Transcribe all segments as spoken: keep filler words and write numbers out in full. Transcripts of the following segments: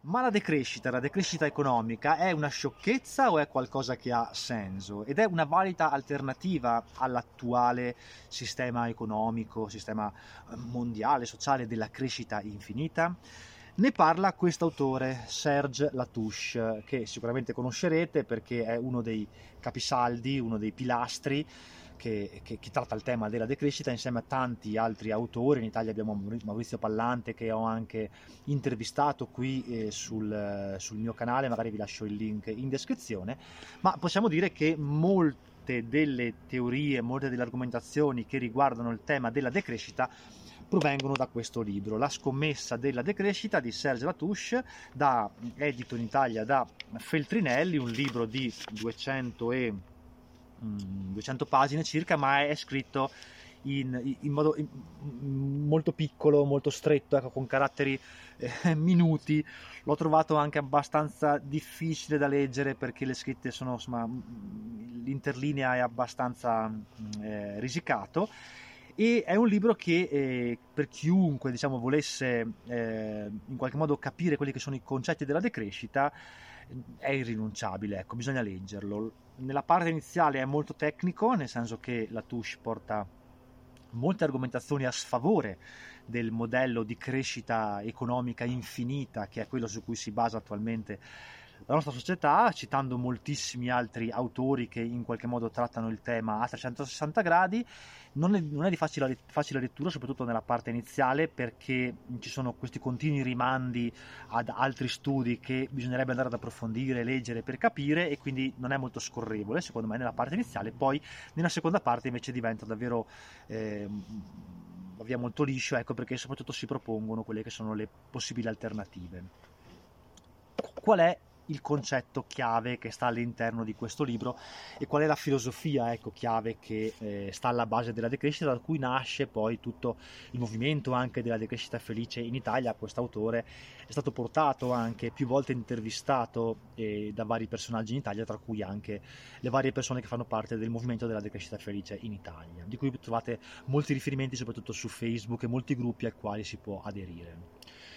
Ma la decrescita, la decrescita economica è una sciocchezza o è qualcosa che ha senso? Ed è una valida alternativa all'attuale sistema economico, sistema mondiale, sociale della crescita infinita? Ne parla quest'autore, Serge Latouche, che sicuramente conoscerete perché è uno dei capisaldi, uno dei pilastri Che, che, che tratta il tema della decrescita insieme a tanti altri autori. In Italia abbiamo Maurizio Pallante, che ho anche intervistato qui eh, sul, sul mio canale, magari vi lascio il link in descrizione, ma possiamo dire che molte delle teorie, molte delle argomentazioni che riguardano il tema della decrescita provengono da questo libro, La scommessa della decrescita di Serge Latouche, da, edito in Italia da Feltrinelli, un libro di duecento e duecento pagine circa, ma è scritto in, in modo in, molto piccolo, molto stretto, ecco, con caratteri eh, minuti. L'ho trovato anche abbastanza difficile da leggere perché le scritte sono, insomma, l'interlinea è abbastanza eh, risicato, e è un libro che eh, per chiunque, diciamo, volesse eh, in qualche modo capire quelli che sono i concetti della decrescita è irrinunciabile, ecco, bisogna leggerlo. Nella parte iniziale è molto tecnico, nel senso che Latouche porta molte argomentazioni a sfavore del modello di crescita economica infinita che è quello su cui si basa attualmente la nostra società, citando moltissimi altri autori che in qualche modo trattano il tema a trecentosessanta gradi. Non è, non è di facile, facile lettura, soprattutto nella parte iniziale, perché ci sono questi continui rimandi ad altri studi che bisognerebbe andare ad approfondire, leggere per capire, e quindi non è molto scorrevole secondo me nella parte iniziale. Poi nella seconda parte invece diventa davvero eh, via molto liscio, ecco, perché soprattutto si propongono quelle che sono le possibili alternative. Qual è il concetto chiave che sta all'interno di questo libro e qual è la filosofia, ecco, chiave che eh, sta alla base della decrescita, da cui nasce poi tutto il movimento anche della decrescita felice in Italia? Quest'autore è stato portato anche più volte intervistato eh, da vari personaggi in Italia, tra cui anche le varie persone che fanno parte del movimento della decrescita felice in Italia, di cui trovate molti riferimenti soprattutto su Facebook e molti gruppi ai quali si può aderire.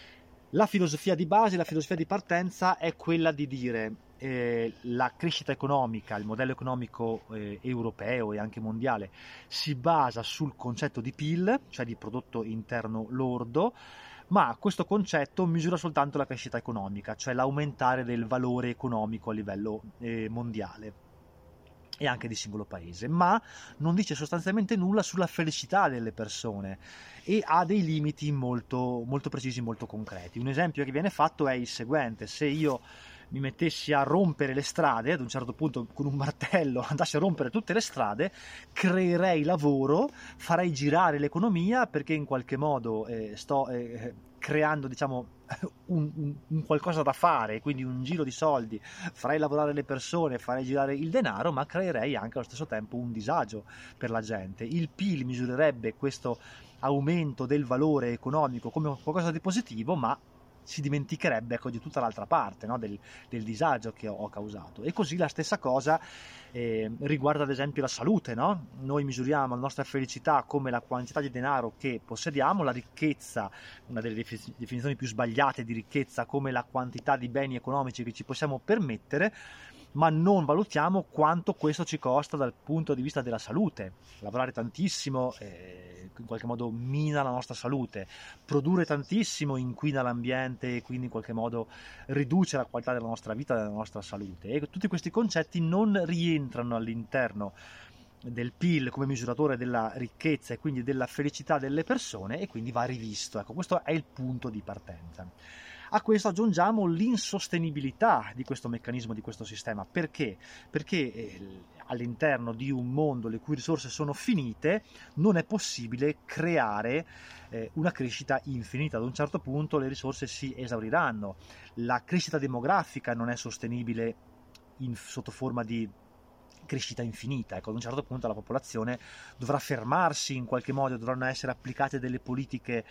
La filosofia di base, la filosofia di partenza è quella di dire eh, la crescita economica, il modello economico eh, europeo e anche mondiale si basa sul concetto di P I L, cioè di prodotto interno lordo, ma questo concetto misura soltanto la crescita economica, cioè l'aumentare del valore economico a livello eh, mondiale e anche di singolo paese, ma non dice sostanzialmente nulla sulla felicità delle persone e ha dei limiti molto, molto precisi, molto concreti. Un esempio che viene fatto è il seguente: se io mi mettessi a rompere le strade, ad un certo punto con un martello andassi a rompere tutte le strade, creerei lavoro, farei girare l'economia, perché in qualche modo eh, sto eh, creando, diciamo, un, un, un qualcosa da fare, quindi un giro di soldi, farei lavorare le persone, farei girare il denaro, ma creerei anche allo stesso tempo un disagio per la gente. Il P I L misurerebbe questo aumento del valore economico come qualcosa di positivo, ma si dimenticherebbe, ecco, di tutta l'altra parte, no? del, del disagio che ho causato. E così la stessa cosa eh, riguarda ad esempio la salute, no? Noi misuriamo la nostra felicità come la quantità di denaro che possediamo, la ricchezza, una delle definizioni più sbagliate di ricchezza, come la quantità di beni economici che ci possiamo permettere, ma non valutiamo quanto questo ci costa dal punto di vista della salute. Lavorare tantissimo eh, in qualche modo mina la nostra salute, produrre tantissimo inquina l'ambiente e quindi in qualche modo riduce la qualità della nostra vita e della nostra salute. E tutti questi concetti non rientrano all'interno del P I L come misuratore della ricchezza e quindi della felicità delle persone, e quindi va rivisto. Ecco, questo è il punto di partenza. A questo aggiungiamo l'insostenibilità di questo meccanismo, di questo sistema. Perché? Perché eh, all'interno di un mondo le cui risorse sono finite non è possibile creare eh, una crescita infinita. Ad un certo punto le risorse si esauriranno. La crescita demografica non è sostenibile in, sotto forma di crescita infinita. Ecco, ad un certo punto la popolazione dovrà fermarsi in qualche modo, dovranno essere applicate delle politiche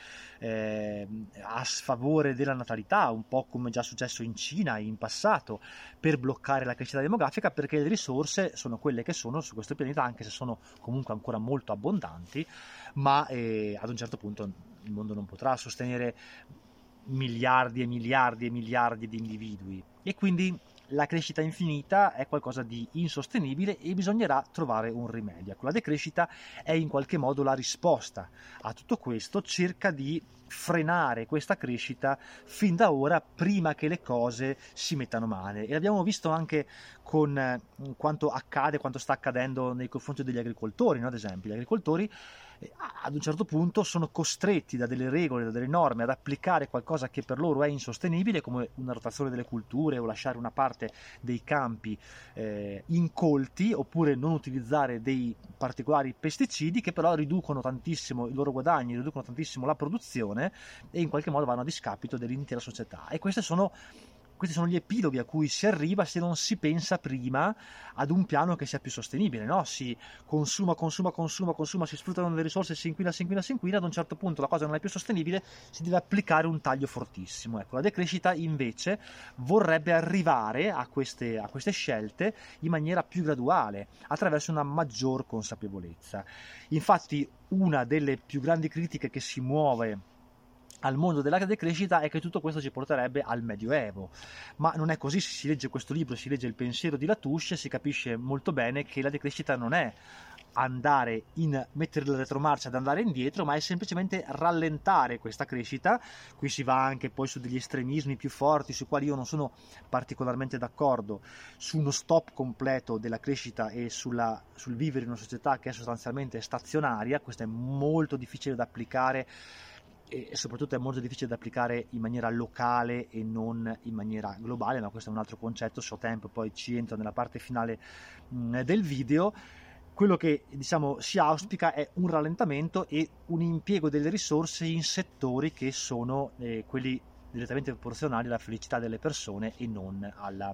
eh, a sfavore della natalità, un po' come già successo in Cina in passato, per bloccare la crescita demografica, perché le risorse sono quelle che sono su questo pianeta, anche se sono comunque ancora molto abbondanti, ma eh, ad un certo punto il mondo non potrà sostenere miliardi e miliardi e miliardi di individui, e quindi la crescita infinita è qualcosa di insostenibile e bisognerà trovare un rimedio. Ecco, la decrescita è in qualche modo la risposta a tutto questo, cerca di frenare questa crescita fin da ora, prima che le cose si mettano male. E l'abbiamo visto anche con quanto accade, quanto sta accadendo nei confronti degli agricoltori, no? Ad esempio, gli agricoltori ad un certo punto sono costretti da delle regole, da delle norme ad applicare qualcosa che per loro è insostenibile, come una rotazione delle culture o lasciare una parte dei campi eh, incolti, oppure non utilizzare dei particolari pesticidi che però riducono tantissimo i loro guadagni, riducono tantissimo la produzione e in qualche modo vanno a discapito dell'intera società. E queste sono Questi sono gli epiloghi a cui si arriva se non si pensa prima ad un piano che sia più sostenibile, no? Si consuma, consuma, consuma, consuma, si sfruttano le risorse, si inquina, si inquina, si inquina, ad un certo punto la cosa non è più sostenibile, si deve applicare un taglio fortissimo. Ecco, la decrescita invece vorrebbe arrivare a queste, a queste scelte in maniera più graduale, attraverso una maggior consapevolezza. Infatti, una delle più grandi critiche che si muove al mondo della decrescita è che tutto questo ci porterebbe al Medioevo, ma non è così. Se si legge questo libro, si legge il pensiero di Latouche, si capisce molto bene che la decrescita non è andare in mettere la retromarcia ad andare indietro, ma è semplicemente rallentare questa crescita. Qui si va anche poi su degli estremismi più forti, sui quali io non sono particolarmente d'accordo, su uno stop completo della crescita e sulla, sul vivere in una società che è sostanzialmente stazionaria. Questo è molto difficile da applicare e soprattutto è molto difficile da applicare in maniera locale e non in maniera globale, ma questo è un altro concetto. Se ho tempo poi ci entro nella parte finale mh, del video. Quello che diciamo si auspica è un rallentamento e un impiego delle risorse in settori che sono eh, quelli direttamente proporzionali alla felicità delle persone e non alla,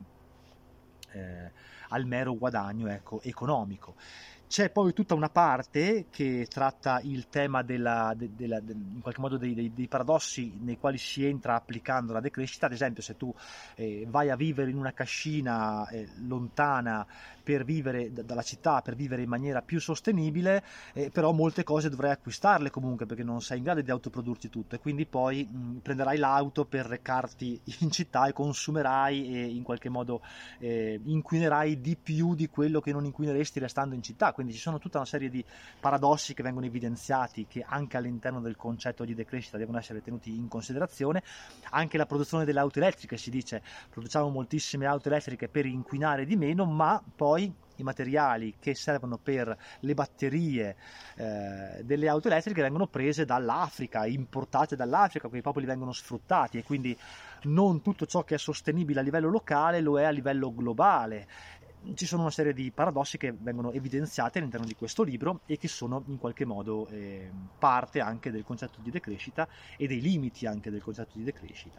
eh, al mero guadagno, ecco, economico. C'è poi tutta una parte che tratta il tema della, de, della, de, in qualche modo dei, dei, dei paradossi nei quali si entra applicando la decrescita. Ad esempio, se tu eh, vai a vivere in una cascina eh, lontana per vivere d- dalla città, per vivere in maniera più sostenibile, eh, però molte cose dovrai acquistarle comunque, perché non sei in grado di autoprodurti tutto, e quindi poi mh, prenderai l'auto per recarti in città e consumerai e in qualche modo eh, inquinerai di più di quello che non inquineresti restando in città. Quindi ci sono tutta una serie di paradossi che vengono evidenziati, che anche all'interno del concetto di decrescita devono essere tenuti in considerazione. Anche la produzione delle auto elettriche, si dice produciamo moltissime auto elettriche per inquinare di meno, ma poi i materiali che servono per le batterie eh, delle auto elettriche vengono prese dall'Africa, importate dall'Africa, quei popoli vengono sfruttati, e quindi non tutto ciò che è sostenibile a livello locale lo è a livello globale. Ci sono una serie di paradossi che vengono evidenziati all'interno di questo libro e che sono in qualche modo eh, parte anche del concetto di decrescita e dei limiti anche del concetto di decrescita.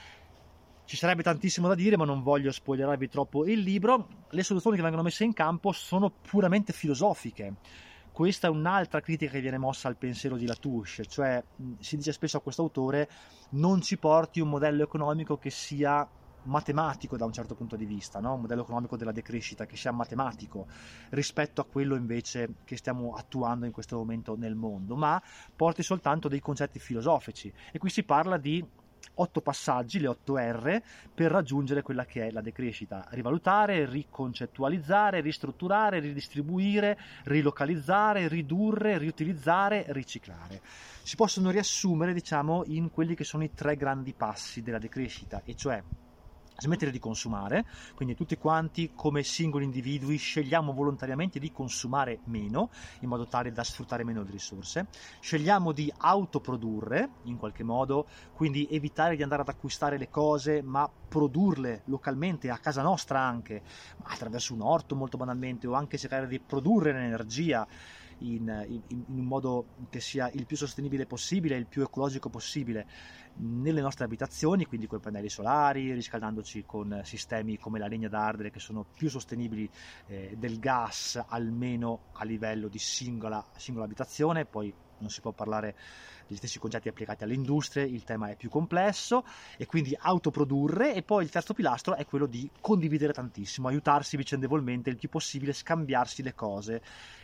Ci sarebbe tantissimo da dire, ma non voglio spoilerarvi troppo il libro. Le soluzioni che vengono messe in campo sono puramente filosofiche. Questa è un'altra critica che viene mossa al pensiero di Latouche, cioè si dice spesso a questo autore: non ci porti un modello economico che sia matematico da un certo punto di vista, no? Un modello economico della decrescita che sia matematico rispetto a quello invece che stiamo attuando in questo momento nel mondo, ma porti soltanto dei concetti filosofici. E qui si parla di otto passaggi, le otto R, per raggiungere quella che è la decrescita: rivalutare, riconcettualizzare, ristrutturare, ridistribuire, rilocalizzare, ridurre, riutilizzare, riciclare. Si possono riassumere, diciamo, in quelli che sono i tre grandi passi della decrescita, e cioè smettere di consumare, quindi tutti quanti come singoli individui scegliamo volontariamente di consumare meno, in modo tale da sfruttare meno le risorse. Scegliamo di autoprodurre in qualche modo, quindi evitare di andare ad acquistare le cose, ma produrle localmente, a casa nostra anche, attraverso un orto molto banalmente, o anche cercare di produrre l'energia In, in, in un modo che sia il più sostenibile possibile, il più ecologico possibile nelle nostre abitazioni, quindi con i pannelli solari, riscaldandoci con sistemi come la legna da ardere che sono più sostenibili eh, del gas, almeno a livello di singola, singola abitazione. Poi non si può parlare degli stessi concetti applicati alle industrie, il tema è più complesso, e quindi autoprodurre. E poi il terzo pilastro è quello di condividere tantissimo, aiutarsi vicendevolmente il più possibile, scambiarsi le cose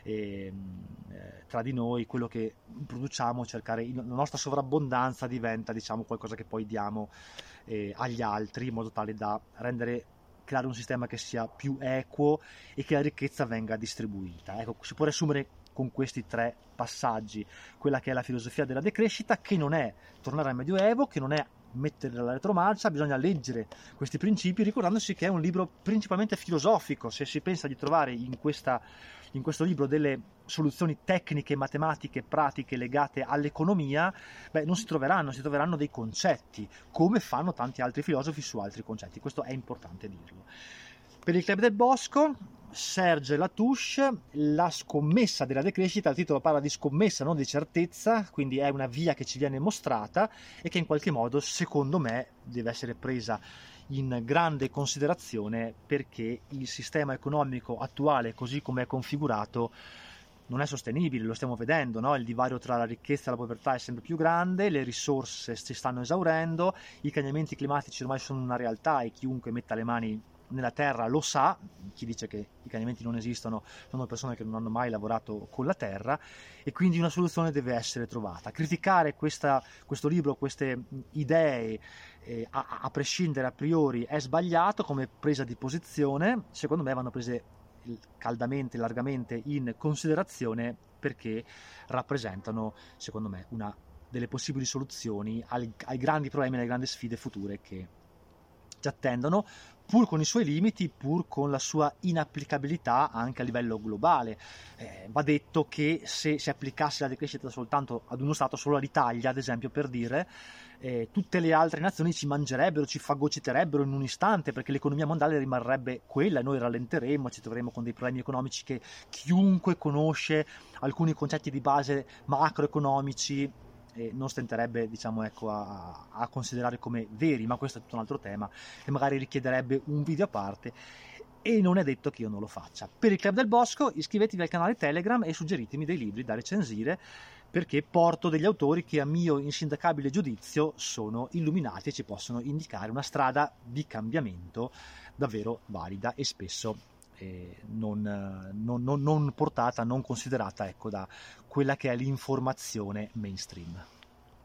e, eh, tra di noi, quello che produciamo, cercare, la nostra sovrabbondanza diventa, diciamo, qualcosa che poi diamo eh, agli altri, in modo tale da rendere creare un sistema che sia più equo e che la ricchezza venga distribuita. Ecco, si può riassumere con questi tre passaggi quella che è la filosofia della decrescita, che non è tornare al Medioevo, che non è mettere la retromarcia. Bisogna leggere questi principi ricordandosi che è un libro principalmente filosofico. Se si pensa di trovare in, questa, in questo libro delle soluzioni tecniche, matematiche, pratiche legate all'economia, beh, non si troveranno, si troveranno dei concetti, come fanno tanti altri filosofi su altri concetti. Questo è importante dirlo. Per il Club del Bosco, Serge Latouche, La scommessa della decrescita. Il titolo parla di scommessa, non di certezza, quindi è una via che ci viene mostrata e che in qualche modo, secondo me, deve essere presa in grande considerazione, perché il sistema economico attuale, così come è configurato, non è sostenibile. Lo stiamo vedendo, no? Il divario tra la ricchezza e la povertà è sempre più grande, le risorse si stanno esaurendo, i cambiamenti climatici ormai sono una realtà e chiunque metta le mani nella terra lo sa. Chi dice che i cambiamenti non esistono sono persone che non hanno mai lavorato con la terra, e quindi una soluzione deve essere trovata. Criticare questa, questo libro, queste idee eh, a, a prescindere a priori è sbagliato come presa di posizione. Secondo me vanno prese caldamente, largamente in considerazione, perché rappresentano, secondo me, una delle possibili soluzioni ai, ai grandi problemi, alle grandi sfide future che ci attendono, pur con i suoi limiti, pur con la sua inapplicabilità anche a livello globale. Eh, va detto che se si applicasse la decrescita soltanto ad uno Stato, solo all'Italia, ad esempio, per dire, eh, tutte le altre nazioni ci mangerebbero, ci fagociterebbero in un istante, perché l'economia mondiale rimarrebbe quella e noi rallenteremmo, ci troveremo con dei problemi economici che chiunque conosce alcuni concetti di base macroeconomici e non stenterebbe, diciamo, ecco, a, a considerare come veri. Ma questo è tutto un altro tema che magari richiederebbe un video a parte, e non è detto che io non lo faccia. Per il Club del Bosco iscrivetevi al canale Telegram e suggeritemi dei libri da recensire, perché porto degli autori che a mio insindacabile giudizio sono illuminati e ci possono indicare una strada di cambiamento davvero valida e spesso eh, non, non, non, non portata, non considerata, ecco, da quella che è l'informazione mainstream.